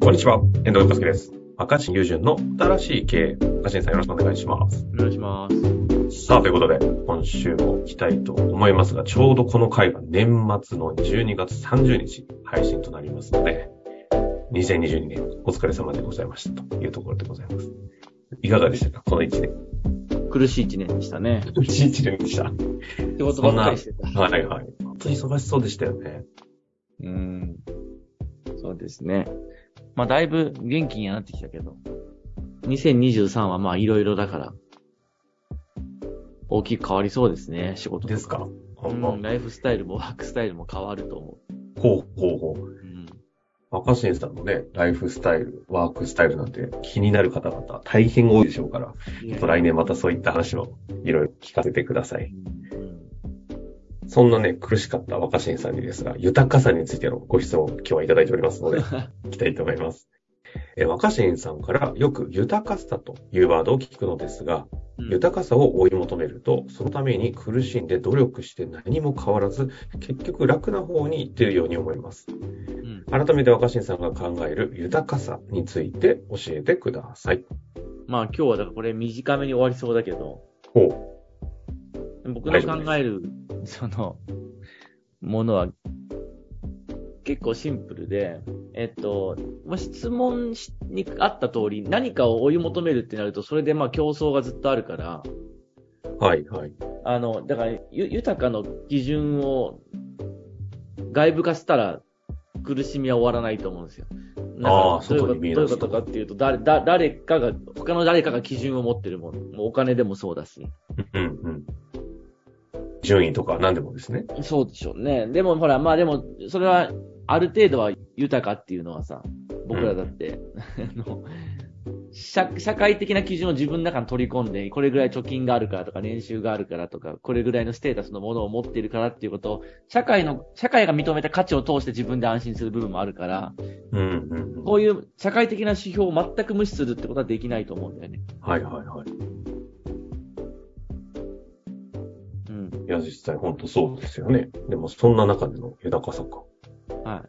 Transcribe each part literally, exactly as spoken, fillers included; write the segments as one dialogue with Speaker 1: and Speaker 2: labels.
Speaker 1: こんにちは、遠藤和樹です。若新雄純の新しい経営。若新さんよろしくお願いします。
Speaker 2: お願いします。
Speaker 1: さあ、ということで、今週も行きたいと思いますが、ちょうどこの回が年末のじゅうにがつさんじゅうにち配信となりますので、にせんにじゅうにねんお疲れ様でございましたというところでございます。いかがでしたか、このいちねん。
Speaker 2: 苦しいいちねんでしたね。
Speaker 1: 苦しいいちねんでした。
Speaker 2: ってことばっかりしてた。
Speaker 1: はいはい。本当に忙しそうでしたよね。
Speaker 2: うーん。そうですね。まあ、だいぶ元気にはなってきたけど、にせんにじゅうさんはまあ、いろいろだから、大きく変わりそうですね、仕事とか。
Speaker 1: ですか。
Speaker 2: うん、ライフスタイルもワークスタイルも変わると思
Speaker 1: う。ほうほうほう。うん。若新さんのね、ライフスタイル、ワークスタイルなんて気になる方々大変多いでしょうから、ちょっと来年またそういった話をいろいろ聞かせてください。うんうん、そんなね、苦しかった若新さんにですが、豊かさについてのご質問を今日はいただいておりますので、聞きたいと思います。え若新さんからよく豊かさというワードを聞くのですが、うん、豊かさを追い求めると、そのために苦しんで努力して何も変わらず、結局楽な方に行っているように思います。うん、改めて若新さんが考える豊かさについて教えてください。
Speaker 2: まあ今日はだからこれ短めに終わりそうだけど、
Speaker 1: ほ
Speaker 2: う僕の考えるそのものは結構シンプルで、えっと、まあ、質問にあった通り、何かを追い求めるってなると、それでまあ競争がずっとあるから、
Speaker 1: はいはい。
Speaker 2: あの、だから、ゆ豊かの基準を外部化したら苦しみは終わらないと思うんですよ。
Speaker 1: ああ、
Speaker 2: どういうこと、どういうことかっていうと、誰、誰かが、他の誰かが基準を持ってるもの、もうお金でもそうだし。
Speaker 1: うんうん。順位とか何でもですね。
Speaker 2: そうでしょうね。でもほら、まあでも、それは、ある程度は豊かっていうのはさ、僕らだって、うん、あの社、社会的な基準を自分の中に取り込んで、これぐらい貯金があるからとか、年収があるからとか、これぐらいのステータスのものを持っているからっていうことを、社会の、社会が認めた価値を通して自分で安心する部分もあるから、
Speaker 1: うんうんうん、
Speaker 2: こういう社会的な指標を全く無視するってことはできないと思うんだよね。
Speaker 1: はいはいはい。うん。いや、実際本当そうですよね。でもそんな中での豊かさか。
Speaker 2: はい。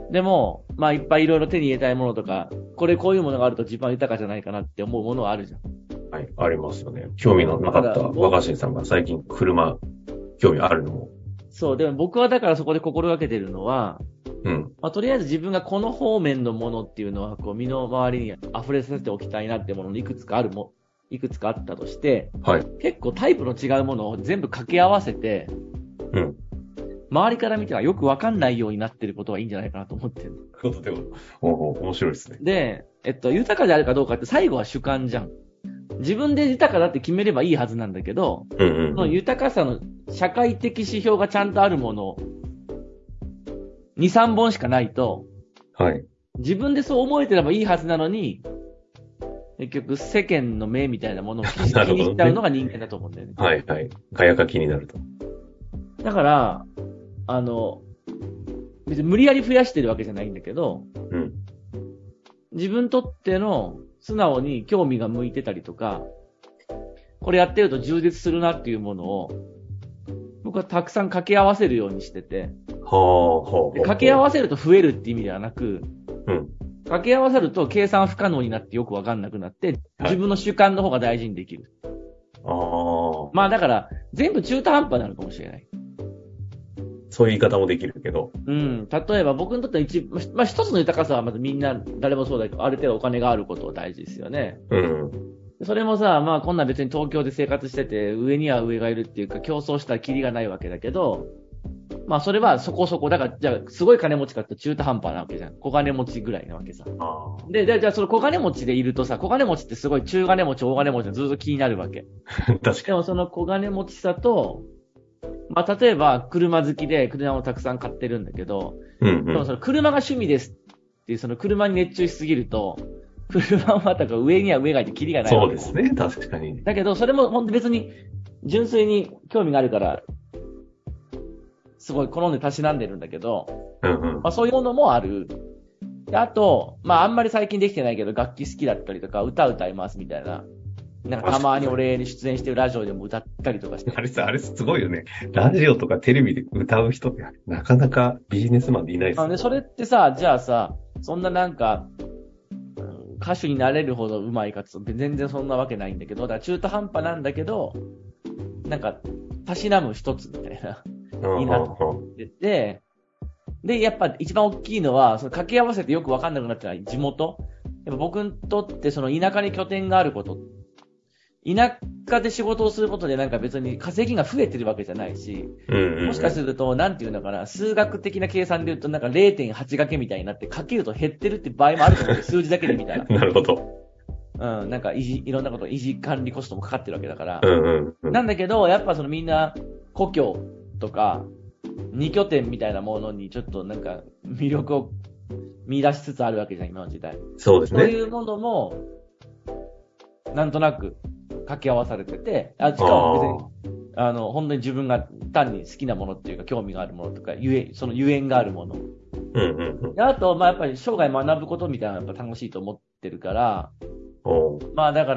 Speaker 2: でも、まあいっぱいいろいろ手に入れたいものとか、これこういうものがあると自分は豊かじゃないかなって思うものはあるじゃん。
Speaker 1: はい、ありますよね。興味のなかった若新さんが最近車、興味あるのも。
Speaker 2: そう、でも僕はだからそこで心がけてるのは、
Speaker 1: うん。
Speaker 2: まあとりあえず自分がこの方面のものっていうのは、こう身の回りに溢れさせておきたいなってものにいくつかあるも、いくつかあったとして、
Speaker 1: はい。
Speaker 2: 結構タイプの違うものを全部掛け合わせて、
Speaker 1: うん。
Speaker 2: 周りから見たらよくわかんないようになってることはいいんじゃないかなと思ってる。
Speaker 1: ということで、おお、面白いですね。
Speaker 2: で、えっと、豊かであるかどうかって最後は主観じゃん。自分で豊かだって決めればいいはずなんだけど、
Speaker 1: うんうんうん、
Speaker 2: その豊かさの社会的指標がちゃんとあるもの、に、さんぼんしかないと、
Speaker 1: はい。
Speaker 2: 自分でそう思えてればいいはずなのに、結局世間の目みたいなものを気にしちゃうのが人間だと思うんだよね。
Speaker 1: はいはい。ガヤが気になると。
Speaker 2: だから、あの、別に無理やり増やしてるわけじゃないんだけど、
Speaker 1: うん、
Speaker 2: 自分にとっての素直に興味が向いてたりとか、これやってると充実するなっていうものを、僕はたくさん掛け合わせるようにしてて、
Speaker 1: はあ、はあ、
Speaker 2: 掛け合わせると増えるって意味ではなく、
Speaker 1: うん、
Speaker 2: 掛け合わせると計算不可能になってよくわかんなくなって、自分の主観の方が大事にできる。
Speaker 1: はい、ああ。
Speaker 2: まあだから、全部中途半端になるかもしれない。
Speaker 1: そういう言い方もできるけど。
Speaker 2: うん。例えば僕にとっては一、まあ一つの豊かさはまずみんな、誰もそうだけど、ある程度お金があることは大事ですよね。
Speaker 1: うん。
Speaker 2: それもさ、まあこんな別に東京で生活してて、上には上がいるっていうか、競争したらキリがないわけだけど、まあそれはそこそこ、だから、じゃあすごい金持ちかって中途半端なわけじゃん。小金持ちぐらいなわけさ。
Speaker 1: あ
Speaker 2: で、で、じゃあその小金持ちでいるとさ、小金持ちってすごい中金持ち、大金持ちがずっと気になるわけ。
Speaker 1: 確かに。
Speaker 2: でもその小金持ちさと、まあ、例えば、車好きで車をたくさん買ってるんだけど、
Speaker 1: うんうん、
Speaker 2: でもその車が趣味ですっていう、その車に熱中しすぎると、車はまた上には上がいてキリがないわけ。
Speaker 1: そうですね、確かに。
Speaker 2: だけど、それも本当別に、純粋に興味があるから、すごい好んでたしなんでるんだけど、
Speaker 1: うんうん、
Speaker 2: まあそういうものもある。で、あと、まああんまり最近できてないけど、楽器好きだったりとか、歌歌いますみたいな。なんかたまに俺に出演してるラジオでも歌ったりとかして。
Speaker 1: あれさ、あれすごいよね。ラジオとかテレビで歌う人ってなかなかビジネスマンでいないですよね。
Speaker 2: あのね、それってさ、じゃあさ、そんななんか、 歌手になれるほど上手いかつ全然そんなわけないんだけど、だから中途半端なんだけど、なんか、たしなむ一つみたいな、になってて、で、やっぱ一番大きいのは、その掛け合わせてよくわかんなくなってない地元。やっぱ僕にとってその田舎に拠点があること。田舎で仕事をすることでなんか別に稼ぎが増えてるわけじゃないし、
Speaker 1: うんうんうん、
Speaker 2: もしかすると、なんていうのかな、数学的な計算で言うとなんか れいてんはち 掛けみたいになってかけると減ってるって場合もあると思うんで、数字だけで見たら。
Speaker 1: なるほど。
Speaker 2: うん、なんか維持、いろんなこと、維持管理コストもかかってるわけだから。
Speaker 1: うんうんうん、
Speaker 2: なんだけど、やっぱそのみんな故郷とか、二拠点みたいなものにちょっとなんか魅力を見出しつつあるわけじゃん、今の時代。
Speaker 1: そうですね。
Speaker 2: そういうものも、なんとなく掛け合わされてて、あ、しかも別に、あの、本当に自分が単に好きなものっていうか、興味があるものとか、ゆえ、そのゆえんがあるもの。
Speaker 1: うんうんうん。
Speaker 2: であと、まあやっぱり生涯学ぶことみたいなのがやっぱ楽しいと思ってるから、まあだから、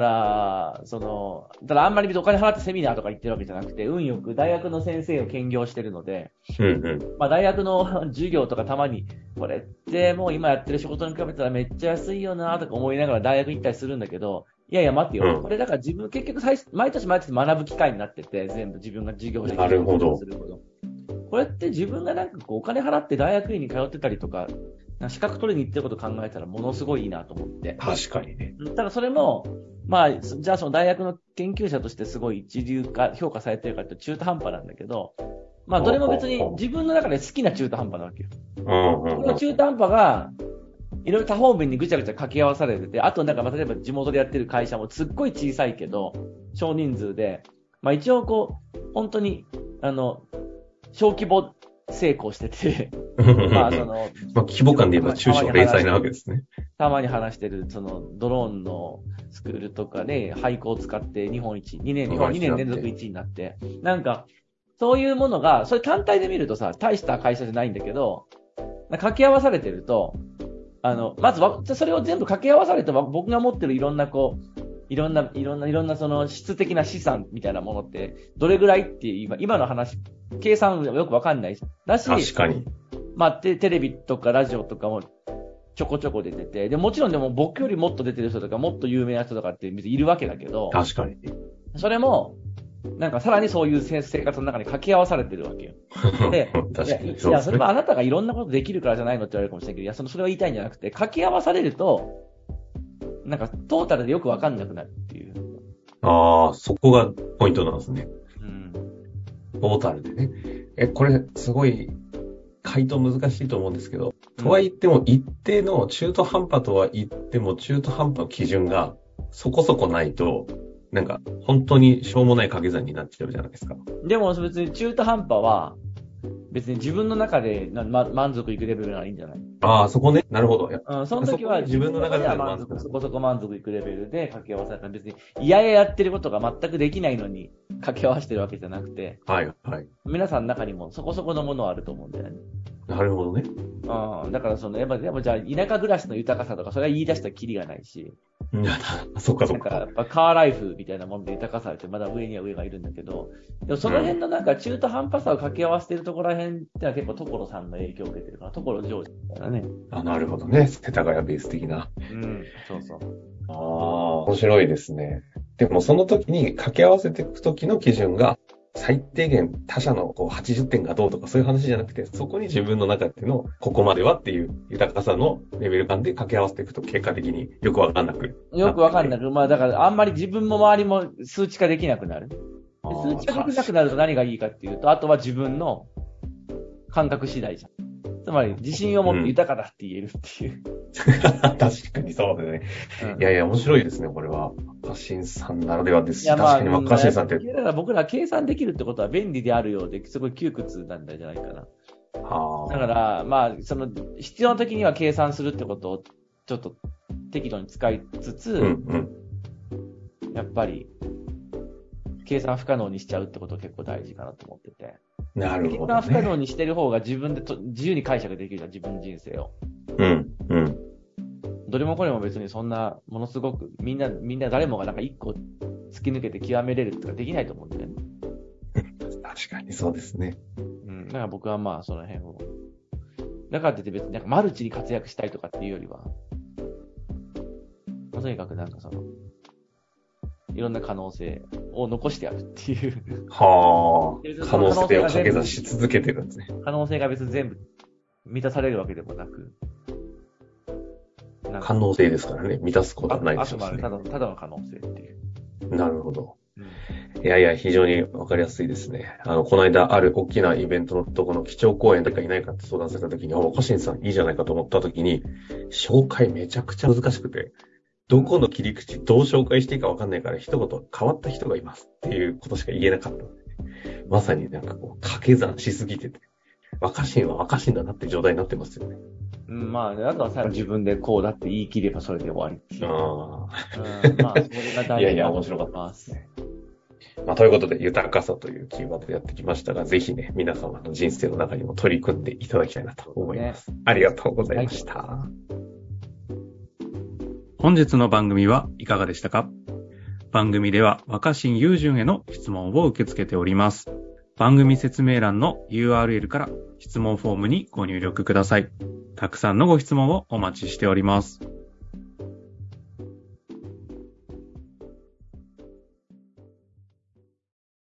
Speaker 2: その、ただあんまりお金払ってセミナーとか行ってるわけじゃなくて、運よく大学の先生を兼業してるので、
Speaker 1: うんうん、
Speaker 2: まあ大学の授業とかたまに、これってもう今やってる仕事に比べたらめっちゃ安いよなとか思いながら大学行ったりするんだけど、いやいや待ってよ。うん、これだから自分結局最毎年毎年学ぶ機会になってて、全部自分が授業できる。
Speaker 1: なるほど。
Speaker 2: これって自分がなんかこうお金払って大学院に通ってたりとか、資格取りに行ってることを考えたらものすごいいいなと思って。
Speaker 1: 確かにね。
Speaker 2: ただそれも、まあ、じゃあその大学の研究者としてすごい一流か評価されてるかって中途半端なんだけど、まあどれも別に自分の中で好きな中途半端なわけよ。うんうんうん、この中途半端が、いろいろ多方面にぐちゃぐちゃ掛け合わされてて、あとなんか例えば地元でやってる会社もすっごい小さいけど、少人数で、まあ一応こう、本当に、あの、小規模成功してて、まあその、
Speaker 1: まあ規模感で言えば中小零細なわけですね。
Speaker 2: たまに話してる、そのドローンのスクールとかで、廃校を使って日本一、にねん、日本にねん連続いちいになって、なんか、そういうものが、それ単体で見るとさ、大した会社じゃないんだけど、掛け合わされてると、あの、まずは、それを全部掛け合わされて、僕が持ってるいろんなこう、いろんな、いろんな、いろんなその質的な資産みたいなものって、どれぐらいっていう、今、今の話、計算よくわかんないだし、
Speaker 1: 確かに。
Speaker 2: まあ、テレビとかラジオとかもちょこちょこ出てて、で、もちろんでも僕よりもっと出てる人とか、もっと有名な人とかっているわけだけど、
Speaker 1: 確かに。
Speaker 2: それも、なんかさらにそういう生活の中に掛け合わされてるわけよ。で、
Speaker 1: 確かに。
Speaker 2: いや、それはあなたがいろんなことできるからじゃないのって言われるかもしれないけど、いや、その、それを言いたいんじゃなくて、掛け合わされると、なんかトータルでよくわかんなくなるっていう。
Speaker 1: ああ、そこがポイントなんですね。
Speaker 2: うん。
Speaker 1: トータルでね。え、これ、すごい、回答難しいと思うんですけど、うん、とは言っても、一定の中途半端とは言っても、中途半端の基準がそこそこないと、なんか、本当にしょうもない掛け算になっちゃうじゃないですか。
Speaker 2: でも別に中途半端は、別に自分の中でな、ま、満足いくレベルならいいんじゃない？
Speaker 1: ああ、そこね。なるほど。
Speaker 2: うん、その時は自分の中では満足、そこそこ満足いくレベルで掛け合わせたら別に、嫌々やってることが全くできないのに掛け合わせてるわけじゃなくて、
Speaker 1: はい、はい。
Speaker 2: 皆さんの中にもそこそこのものはあると思うんだよね。
Speaker 1: なるほどね。
Speaker 2: うん、だからその、やっぱ、でもじゃあ、田舎暮らしの豊かさとか、それは言い出したらキリがないし。
Speaker 1: いやだ、そっかそっか。
Speaker 2: なんか、やっぱカーライフみたいなもので豊かさって、まだ上には上がいるんだけど、でもその辺のなんか中途半端さを掛け合わせてるところら辺ってのは結構所さんの影響を受けてるから、所ジョージみたいなね。
Speaker 1: あ、なるほどね。世田谷ベース的な。
Speaker 2: うん、そうそう。
Speaker 1: ああ、面白いですね。でもその時に掛け合わせていく時の基準が、最低限他者のこうはちじゅってんがどうとかそういう話じゃなくて、そこに自分の中でのここまではっていう豊かさのレベル感で掛け合わせていくと結果的によくわかんなく。
Speaker 2: よくわかんなく。まあだからあんまり自分も周りも数値化できなくなる。数値化できなくなると何がいいかっていうと、あとは自分の感覚次第じゃん。つまり自信を持って豊かだって言えるっていう。
Speaker 1: うん、確かにそうだね、うん。いやいや、面白いですね、これは。若新さんならではですし、確かに若新さんって。
Speaker 2: だから僕ら計算できるってことは便利であるようで、すごい窮屈なんじゃないかな。
Speaker 1: はあ、
Speaker 2: だから、まあ、その、必要な時には計算するってことをちょっと適度に使いつつ、うんうん、やっぱり、計算不可能にしちゃうってこと結構大事かなと思ってて。
Speaker 1: なるほど、ね。
Speaker 2: 計算不可能にしてる方が自分でと自由に解釈できるじゃん、自分の人生を。
Speaker 1: うん、うん。
Speaker 2: どれもこれも別にそんな、ものすごく、みんな、みんな誰もがなんか一個突き抜けて極めれるってかできないと思うんだよね。
Speaker 1: 確かにそうですね。
Speaker 2: うん。だから僕はまあその辺を。だからって言って別になんかマルチに活躍したいとかっていうよりは、 とにかくなんかその、いろんな可能性を残してやるっていう。
Speaker 1: はあ。可能性を掛け算し続けてるんですね。
Speaker 2: 可能性が別に全部満たされるわけでもなく。
Speaker 1: 可能性ですからね。満たすことはないでしょうし、ね。
Speaker 2: あくまでただ、ただの可能性っていう。
Speaker 1: なるほど。うん、いやいや、非常にわかりやすいですね。あの、この間ある大きなイベントのとこの基調講演誰かいないかって相談された時に、あ、若新さんいいじゃないかと思った時に、紹介めちゃくちゃ難しくて、どこの切り口どう紹介していいかわかんないから一言変わった人がいますっていうことしか言えなかった。まさになんかこう掛け算しすぎてて、若新は若新だなって状態になってますよね。
Speaker 2: うん、まあ、あとはさ、自分でこうだって言い切ればそれで終わりっていう。
Speaker 1: あ
Speaker 2: あ。うん、まあ、それが大事だと思います。いやいや、面白かったです。
Speaker 1: まあ、ということで、豊かさというキーワードでやってきましたが、ぜひね、皆様の人生の中にも取り組んでいただきたいなと思います。ね、ありがとうございました。はい、本日の番組はいかがでしたか？番組では若新雄純への質問を受け付けております。番組説明欄の ユーアールエル から質問フォームにご入力ください。たくさんのご質問をお待ちしております。